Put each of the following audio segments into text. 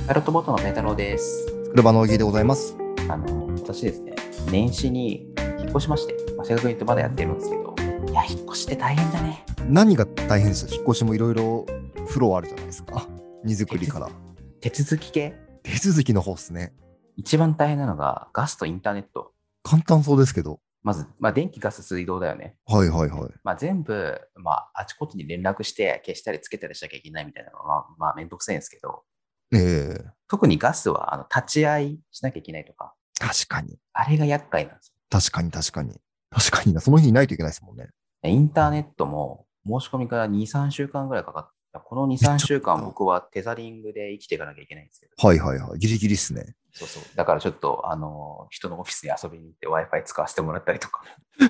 パイロットボートのペータローです。 車の小木でございます。 私ですね、年始に引っ越しまして、正確に言うとまだやってるんですけど、いや、引っ越しって大変だね。 何が大変でした？引っ越しもいろいろフローあるじゃないですか。荷造りから。 手続き系手続きの方ですね。 一番大変なのがガスとインターネット。 簡単そうですけど。 まず、電気、ガス、水道だよね。 はいはいはい。 全部、あちこちに連絡して消したりつけたりしなきゃいけないみたいなのは、めんどくさいんですけど、特にガスは立ち会いしなきゃいけないとか、 確かに。 あれが厄介なんです確かに確かに。確かにな。その日いないといけないですもんね。 よ。インターネットも申し込みから2、3週間ぐらいかかった。この2、3週間僕はテザリングで生きていかなきゃいけないんですけど。 はいはいはい。ギリギリっすね。 そうそう。だからちょっと、人のオフィスに遊びに行って Wi-Fi 使わせてもらったりとか。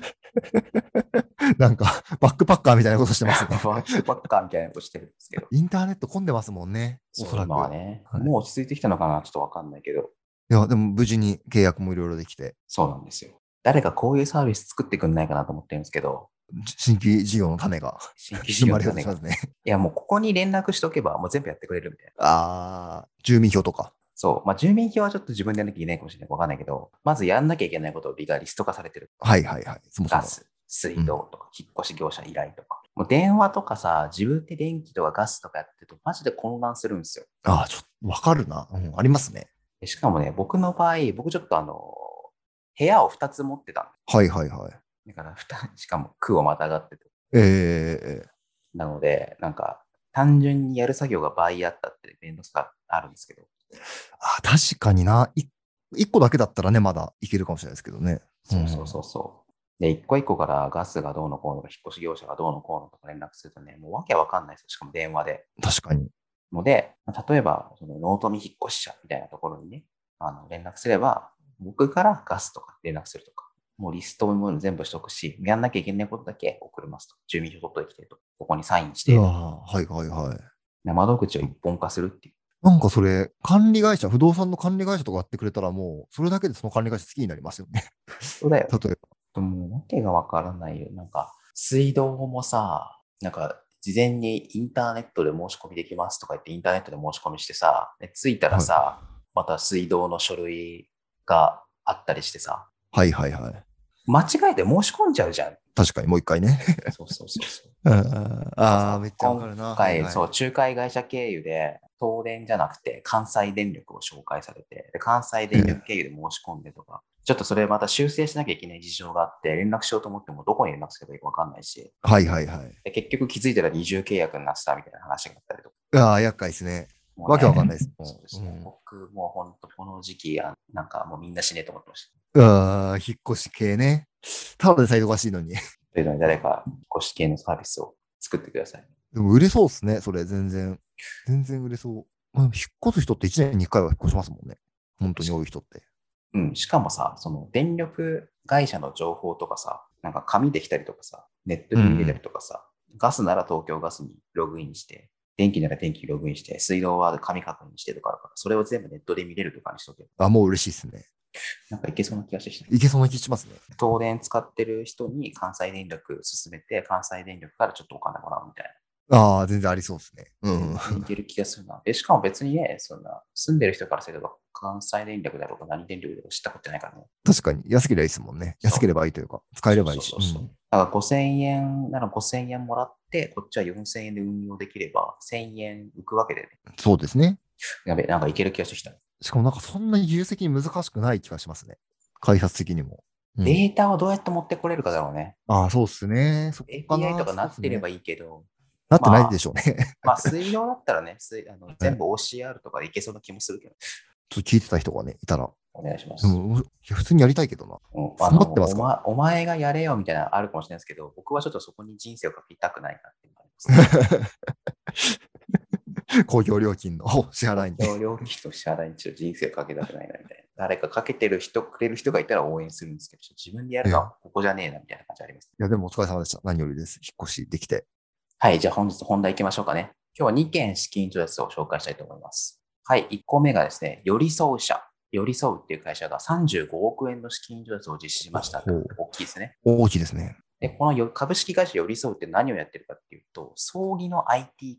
なんか、バックパッカーみたいなことしてますね。 バックパッカーみたいなことしてるんですけど。 インターネット混んでますもんね。おそらく。 今はね、 はい、 もう落ち着いてきたのかなちょっとわかんないけど。 いや、でも無事に契約もいろいろできて。 そうなんですよ。誰かこういうサービス作ってくんないかなと思ってるんですけど、 新規事業の種が新規事業の生まれようと種が。 しますね。 いや、もうここに連絡しとけばもう全部やってくれるみたいな。 住民票とか。 そう。住民票はちょっと自分でやんなきゃいけないかもしれない。わかんないけど、まずやんなきゃいけないことがリスト化されてる。 はいはいはい。そもそも。 ガス、水道とか、引っ越し業者依頼とか。もう電話とかさ、自分で電気とかガスとかやってるとマジで混乱するんですよ。 ちょっとわかるな。ありますね。 でしかもね、僕の場合、僕ちょっと部屋を2つ持ってたの。 はいはいはい。 だからしかも区をまたがってて。 えなので、単純にやる作業が倍あったって面倒さがあるんですけど。 確かにな。一個だけだったらね、まだいけるかもしれないですけどね。 そうそうそうそう。で、一個一個からガスがどうのこうのとか、引っ越し業者がどうのこうのとか連絡するとね、もうわけわかんないですよ。しかも電話で。 確かに。 ので、例えば、その納富引っ越し者みたいなところにね、連絡すれば、僕からガスとか連絡するとか、もうリストも全部取得し、やんなきゃいけないことだけ送りますと。住民票取っといてきてと。ここにサインして。 はいはいはい。 窓口を一本化するっていう。 なんかそれ、管理会社、不動産の管理会社とかやってくれたらもう、それだけでその管理会社好きになりますよね。 そうだよ。 例えば。 もうわけがわからないよ。水道もさ、事前にインターネットで申し込みできますとか言ってインターネットで申し込みしてさ、着いたらはいさ、また水道の書類があったりしてさ、 はいはいはい。 間違えて申し込んじゃうじゃん。 確かにもう一回ね。 そうそうそうそう。 めっちゃわかるな。はいはい。 そう、仲介会社経由で、東電じゃなくて関西電力を紹介されて、で関西電力経由で申し込んでとか、ちょっとそれまた修正しなきゃいけない事情があって、連絡しようと思ってもどこに連絡すればいいかわかんないし、 はいはいはい。 で結局気づいたら二重契約になってたみたいな話があったりとか。 厄介ですね。 もうね、 わけわかんないです。 そうですね。僕もう本当この時期、もうみんな死ねと思ってました。 引っ越し系ね。ただでさえ忙しいのに。 というのに誰か引っ越し系のサービスを作ってください。 でも売れそうですね、それ、全然。全然売れそう。引っ越す人って1年に1回は引っ越しますもんね。本当に多い人って。 しかもさ、その電力会社の情報とかさ、紙できたりとかさ、ネットで見れたりとかさ、ガスなら東京ガスにログインして、電気なら電気にログインして、水道は紙確認してとかあるから、それを全部ネットで見れるとかにしとけば。 もう嬉しいですね。 いけそうな気がしてきた。 いけそうな気しますね。 東電使ってる人に関西電力進めて、関西電力からちょっとお金もらうみたいな。 全然ありそうですね。 全然いける気がするな。しかも別にね、そんな、住んでる人からすれば、関西電力だろうが何電力だろうが知ったことないからね。 確かに、安ければいいですもんね。安ければいいというか、使えればいいし。 だから5000円なら5000円もらって、こっちは4000円で運用できれば、1000円浮くわけでね。 そうですね。 やべ、いける気がしてきた。 しかもそんなに技術的に難しくない気がしますね。開発的にも。 データをどうやって持ってこれるかだろうね。 そうっすね。そこかな。 API とかなってればいいけど、 なってないでしょうね。 水道だったらね、全部 OCR とかでいけそうな気もするけど。 ちょっと聞いてた人がね、いたら。 お願いします。 でも普通にやりたいけどな。 困ってますか？お前がやれよみたいなのあるかもしれないですけど、僕はちょっとそこに人生をかけたくないなっていうのがあります、 公共料金の支払いに。 公共料金の支払いにちょっと人生をかけたくないなみたいな。誰かかけてる人、くれる人がいたら応援するんですけど、自分でやるのはここじゃねえなみたいな感じあります。 いや、でもお疲れ様でした。何よりです。引っ越しできて。 はい、じゃあ本日本題行きましょうかね。今日は2件資金調達を紹介したいと思います。はい、1個目がですね、寄り添う社。寄り添うっていう会社が35億円の資金調達を実施しました。大きいですね。 大きいですね。 で、この株式会社寄り添うって何をやってるかっていうと、葬儀の IT 化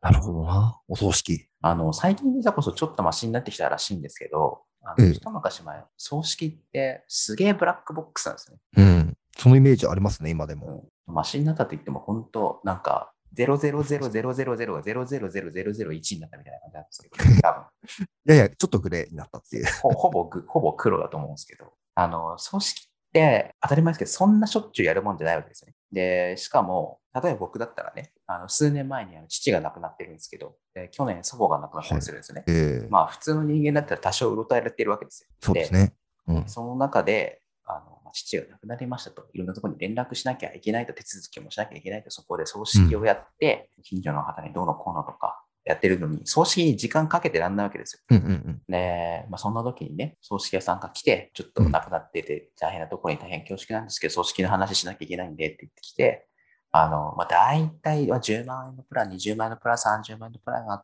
なるほどな。お葬式。 最近でこそちょっとマシになってきたらしいんですけど、 ええ。 一昔前、葬式ってすげえブラックボックスなんですね。 うん。そのイメージありますね、今でも。 マシになったと言っても、本当なんか、0000000が0000001になったみたいな感じなんですけど、多分。 いやいや、ちょっとグレーになったっていう。 ほぼ黒だと思うんですけど、葬式って当たり前ですけど、そんなしょっちゅうやるもんじゃないわけですよね。で、しかも、例えば僕だったらね、数年前に父が亡くなってるんですけど、去年祖母が亡くなったはい。 りするんですよね。 ええ、 まあ、普通の人間だったら多少うろたえられてるわけですよ。で、 そうですね。うん。 その中で、父が亡くなりましたと、いろんなところに連絡しなきゃいけないと、手続きもしなきゃいけないと、そこで葬式をやって、近所の方にどうのこうのとかやってるのに、葬式に時間かけてらんないわけですよ。 うんうんで、そんな時にね、葬式屋さんが来て、ちょっと亡くなってて、大変なところに大変恐縮なんですけど、葬式の話しなきゃいけないんでって言ってきて、大体は10万円のプラン、20万円のプラン、30万円のプランがあって、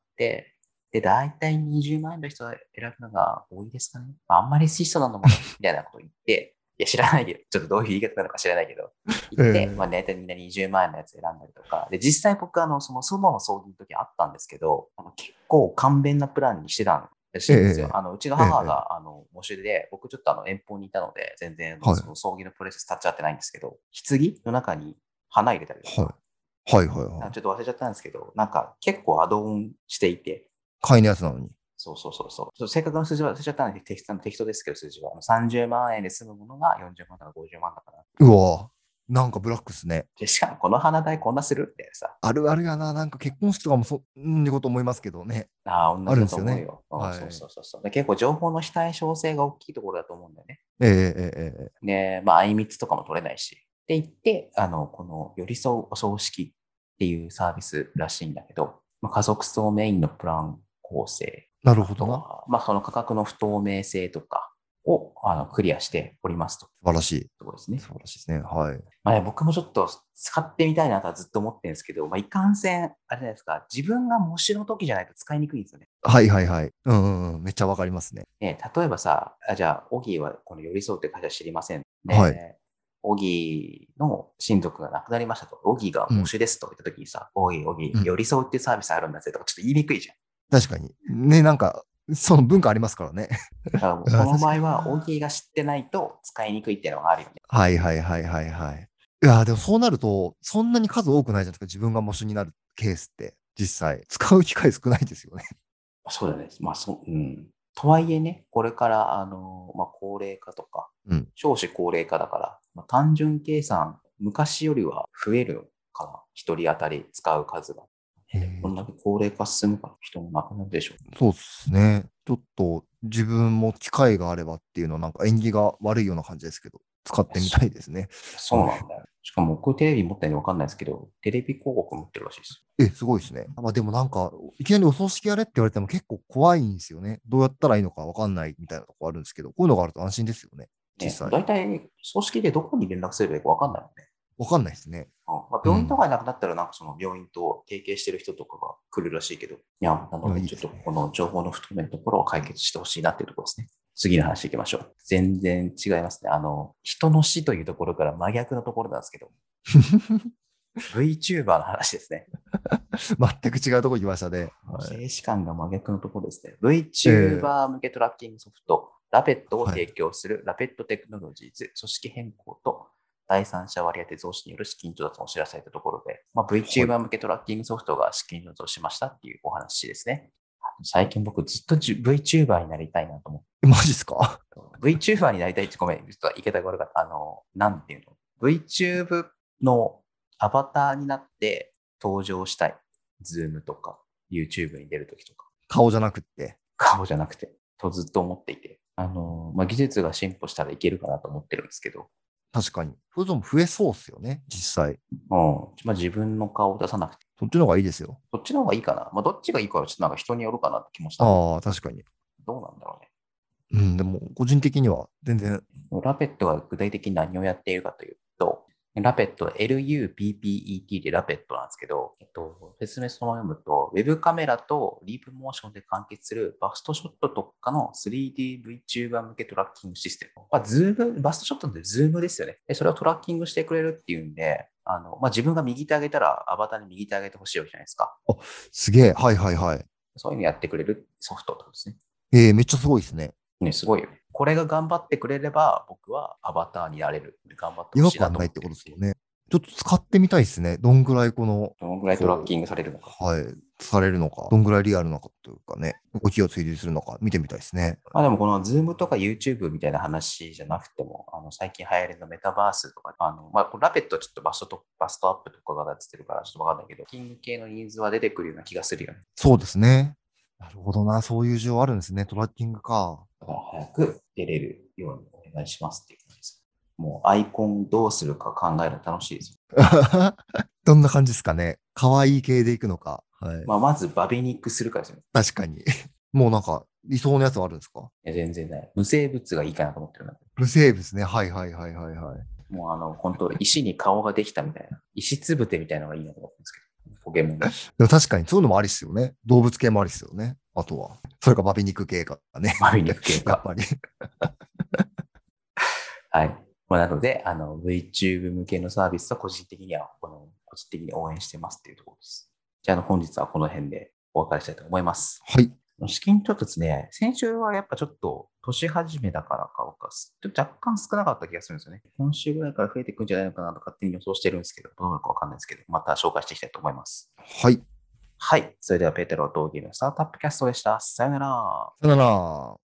で、大体20万円の人を選ぶのが多いですかね。あんまり質素なのもね、みたいなことを言って、いや、知らないけど、ちょっとどういう言い方なのか知らないけど、言って、 ええ、 大体みんな20万円のやつ選んだりとか、で、実際僕、その祖母の葬儀の時あったんですけど、結構簡便なプランにしてたんらしいんですよ。 ええ、 うちのええ、 母が、 ええ、 喪主で、僕ちょっと遠方にいたので、全然はい、 その葬儀のプロセス立ち会ってないんですけど、棺の中に花入れたりとはい、 か、 はい、はい、はい。 ちょっと忘れちゃったんですけど、なんか結構アドオンしていて、 買いのやつなのに。 正確な数字は忘れちゃったので適当ですけど、数字は。30万円で済むものが40万とか50万だから。 うわなんかブラックっすね。 で、しかもこの花代こんなするってさ、 あるあるやな。なんか結婚式とかもってこと思いますけどね。あ同じだるんですよね。 と思うよ。 はい。 で結構情報の非対称性が大きいところだと思うんだよね。 ええ、ええ、ええ。 で、相密とかも取れないし。って言って、この寄り添うお葬式っていうサービスらしいんだけど、家族葬メインのプラン構成、 なるあほどな。 とは、その価格の不透明性とかをクリアしておりますと。 素晴らしい。 ところですね。 素晴らしいですね。はい。 僕もちょっと使ってみたいなとはずっと思ってるんですけど、いかんせん、あれじゃないですか、自分が模試の時じゃないと使いにくいんですよね。 はいはいはい。うんうんうん。めっちゃわかりますね。 例えばさ、じゃあ、オギーはこの寄り添うって会社知りません。 はい。 で、オギーの親族が亡くなりましたと。オギーがうん。 喪主ですと言った時にさ、オギー、 うん。 寄り添うっていうサービスあるんだぜとか、ちょっと言いにくいじゃん。 確かに。ね、なんか、その文化ありますからね。 だからもうこあ、確かにの場合は、オな。 ギーが知ってないと使いにくいっていうのがあるよね。 はいはいはいはいはい。いや、でもそうなると、そんなに数多くないじゃないですか。自分が喪主になるケースって、実際。使う機会少ないですよね。 そうだね。とはいえね、これから、高齢化とか、 うん。 少子高齢化だから、単純計算、昔よりは増えるかな。一人当たり使う数が。でもこんだけ高齢化進むから人もなくなるでしょう。 そうですね。ちょっと自分も機会があればっていうのはなんか縁起が悪いような感じですけど、使ってみたいですね。はい。 そうなんだよ。しかも、僕テレビ持ってないんでわかんないですけど、テレビ広告持ってるらしいです。 え、すごいですね。まあでもなんか、いきなりお葬式やれって言われても結構怖いんですよね。どうやったらいいのかわかんないみたいなとこあるんですけど、こういうのがあると安心ですよね。 ね、 実際。 大体、葬式でどこに連絡すればいいかわかんないもんね。 わかんないですね。 病院とうん。 かになくなったら、なんかその病院と提携してる人とかが来るらしいけど、いや、ないや、 ので、ちょっといいですね。 この情報の不透明なところを解決してほしいなっていうところですね。次の話行きましょう。全然違いますね。人の死というところから真逆のところなんですけど、VTuber の話ですね。 全く違うとこ行きましたね。 もうはい。 静止感が真逆のところですね。 ええ、 VTuber 向けトラッキングソフト、ラペットをはい。 提供するラペットテクノロジーズ、組織変更と第三者割当増資による資金調達を知らされたところで、 はい。 VTuber 向けトラッキングソフトが資金調達をしましたっていうお話ですね。最近僕ずっとVTuber になりたいなと思って。 マジっすか？ VTuber になりたいってごめん、ちょっと言い方が悪かった。なんていうの ?VTube のアバターになって登場したい。Zoom とか YouTube に出るときとか。 顔じゃなくって。 顔じゃなくて、とずっと思っていて。技術が進歩したらいけるかなと思ってるんですけど、 確かに。そういうのも増えそうっすよね、実際。 自分の顔を出さなくて、 そっちの方がいいですよ。 そっちの方がいいかな。どっちがいいかはちょっとなんか人によるかなって気もしたんだけああ、確かに。 ど、どうなんだろうね。 うん、でも、個人的には全然。 ラペットが具体的に何をやっているかというと、ラペット、LUPPET でラペットなんですけど、説明そのまま読むと、ウェブカメラとリープモーションで完結するバストショット特化の 3DVTuber 向けトラッキングシステム。ズーム、バストショットってズームですよね。で、それをトラッキングしてくれるっていうんで、 自分が右手上げたら、アバターに右手上げてほしいわけじゃないですか。 すげえ。はいはいはい。 そういうのやってくれるソフトってことですね。 めっちゃすごいですね。 ね、すごいよ。これが頑張ってくれれば、僕はアバターになれる。頑張ってほ違和しいなと感ないってこ思ってるっていう。 とですよね。ちょっと使ってみたいですね。どんぐらいこの、 どのぐらいトラッキングされるのか。 はい、されるのか、どんぐらいリアルなのかというかね、動きを追随するのか見てみたいですね。 でもこの Zoom とか YouTube みたいな話じゃなくても、最近流行りのメタバースとか、ラペットちょっとバストアップとかが出てるからちょっとわかんないけど、キング系のニーズは出てくるような気がするよね。 そうですね。なるほどな。そういう需要あるんですね。トラッキングか。 だから早く出れるようにお願いしますっていう感じです。もうアイコンどうするか考えるの楽しいですよ。 どんな感じですかね。可愛い系でいくのか。はい。 まずバビニックするからですよね。 確かに。もうなんか、理想のやつはあるんですか？ いや全然ない。無生物がいいかなと思ってるので。 無生物ね。はいはいはいはいはい。 もう本当石に顔ができたみたいな。石つぶてみたいなのがいいなと思ってるんですけど。ポケモンの。 でも確かにそういうのもありっすよね。動物系もありっすよね。あとは。それかバビ肉系かね。 バビ肉系か。 やっぱり。 はい。なので、VTube 向けのサービスは個人的に応援してますっていうところです。じゃあ、本日はこの辺でお別れしたいと思います。 はい。 資金調達ね、先週はやっぱちょっと年始めだからか、僕はちょっと若干少なかった気がするんですよね。今週ぐらいから増えていくんじゃないのかなと勝手に予想してるんですけど、どうなるかわかんないですけど、また紹介していきたいと思います。 はい。 はい。それでは、ペテロ・道義のスタートアップキャストでした。さよなら。 さよなら。